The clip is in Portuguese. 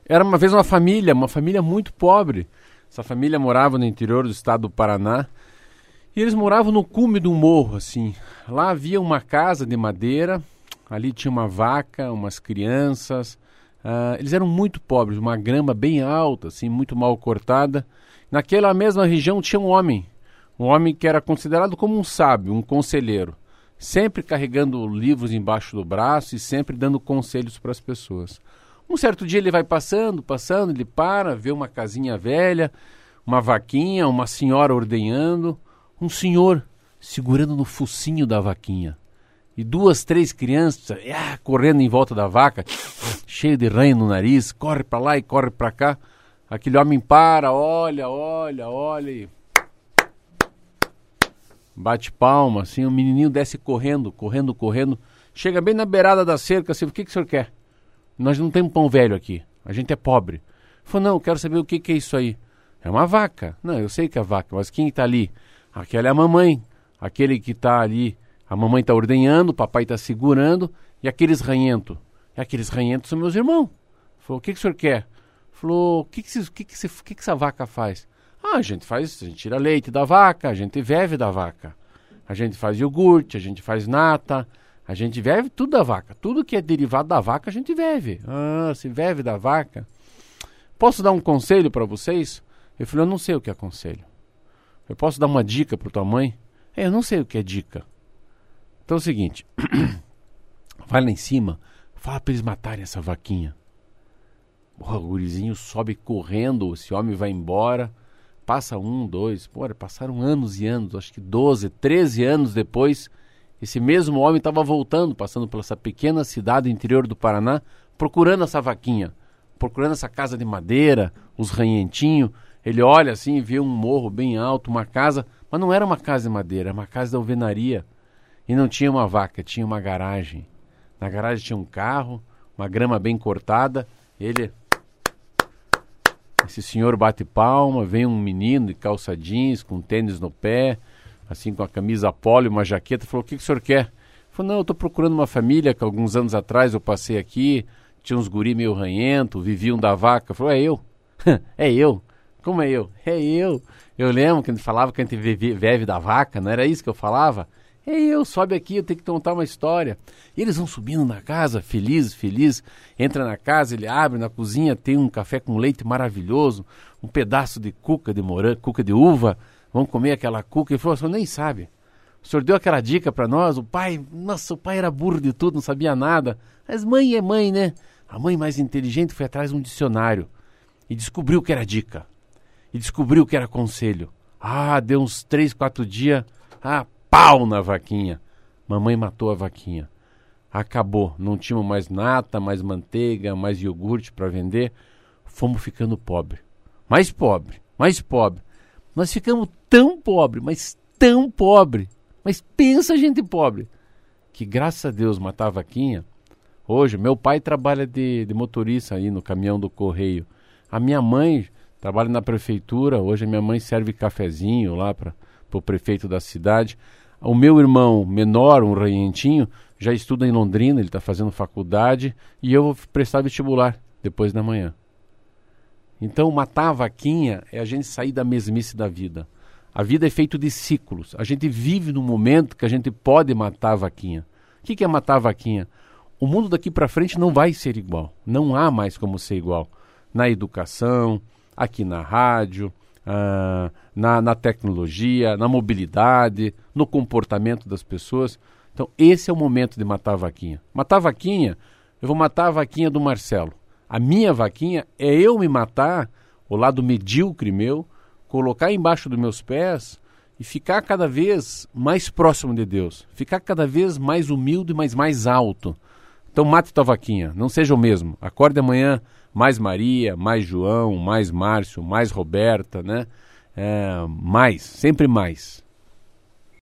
Era uma vez uma família muito pobre. Essa família morava no interior do estado do Paraná e eles moravam no cume de um morro, assim. Lá havia uma casa de madeira, ali tinha uma vaca, umas crianças. Eles eram muito pobres, uma grama bem alta, assim, muito mal cortada. Naquela mesma região tinha um homem que era considerado como um sábio, um conselheiro, sempre carregando livros embaixo do braço e sempre dando conselhos para as pessoas. Um certo dia ele vai passando, ele para, vê uma casinha velha, uma vaquinha, uma senhora ordenhando, um senhor segurando no focinho da vaquinha. E 2, 3 crianças correndo em volta da vaca, cheio de ranho no nariz, corre para lá e corre para cá. Aquele homem para, olha e bate palma, assim, o menininho desce correndo. Chega bem na beirada da cerca, assim, o que o senhor quer? Nós não temos pão velho aqui, a gente é pobre. Ele falou, não, eu quero saber o que é isso aí. É uma vaca. Não, eu sei que é vaca, mas quem está ali? Aquela é a mamãe. Aquele que está ali, a mamãe está ordenhando, o papai está segurando, e aqueles ranhentos? Aqueles ranhentos são meus irmãos. Ele falou, o que o senhor quer? Falou, o que essa vaca faz? A gente tira leite da vaca, a gente veve da vaca. A gente faz iogurte, a gente faz nata, a gente veve tudo da vaca. Tudo que é derivado da vaca a gente veve. Se veve da vaca. Posso dar um conselho para vocês? Eu falei, eu não sei o que é conselho. Eu posso dar uma dica para tua mãe? Eu não sei o que é dica. Então é o seguinte, vai lá em cima, fala para eles matarem essa vaquinha. O gurizinho sobe correndo, esse homem vai embora, passa 1, 2, passaram anos e anos, acho que 12, 13 anos depois, esse mesmo homem estava voltando, passando por essa pequena cidade do interior do Paraná, procurando essa vaquinha, procurando essa casa de madeira, os ranhentinhos. Ele olha assim e vê um morro bem alto, uma casa, mas não era uma casa de madeira, era uma casa de alvenaria. E não tinha uma vaca, tinha uma garagem. Na garagem tinha um carro, uma grama bem cortada. Esse senhor bate palma, vem um menino de calça jeans, com tênis no pé, assim com a camisa polo e uma jaqueta, falou, o que o senhor quer? Ele falou, não, eu estou procurando uma família que alguns anos atrás eu passei aqui, tinha uns guri meio ranhento, viviam da vaca. Falou, é eu. É eu. Como é eu? É eu. Eu lembro que a gente falava que a gente vive da vaca, não era isso que eu falava? É eu, sobe aqui, eu tenho que contar uma história. E eles vão subindo na casa, feliz. Entra na casa, ele abre, na cozinha tem um café com leite maravilhoso, um pedaço de cuca de morango, cuca de uva. Vão comer aquela cuca. Ele falou, o senhor nem sabe. O senhor deu aquela dica para nós, o pai era burro de tudo, não sabia nada. Mas mãe é mãe, né? A mãe mais inteligente foi atrás de um dicionário e descobriu que era dica. E descobriu que era conselho. Deu uns 3, 4 dias, pau na vaquinha. Mamãe matou a vaquinha. Acabou, não tínhamos mais nata, mais manteiga, mais iogurte para vender. Fomos ficando pobre. Mais pobre. Nós ficamos tão pobre, mas tão pobre. Mas pensa gente pobre. Que graças a Deus matar a vaquinha. Hoje, meu pai trabalha de motorista aí no caminhão do correio. A minha mãe trabalha na prefeitura. Hoje a minha mãe serve cafezinho lá para o prefeito da cidade. O meu irmão menor, um ranhentinho, já estuda em Londrina, ele está fazendo faculdade. E eu vou prestar vestibular depois da manhã. Então matar a vaquinha é a gente sair da mesmice da vida. A vida é feita de ciclos. A gente vive num momento que a gente pode matar a vaquinha. O que é matar a vaquinha? O mundo daqui para frente não vai ser igual. Não há mais como ser igual. Na educação, aqui na rádio, na tecnologia, na mobilidade, no comportamento das pessoas. Então esse é o momento de matar a vaquinha. Matar a vaquinha, eu vou matar a vaquinha do Marcelo. A minha vaquinha é eu me matar, o lado medíocre meu, colocar embaixo dos meus pés e ficar cada vez mais próximo de Deus. Ficar cada vez mais humilde, mas mais alto. Então mate tua vaquinha, não seja o mesmo. Acorde amanhã mais Maria, mais João, mais Márcio, mais Roberta, né? Sempre mais.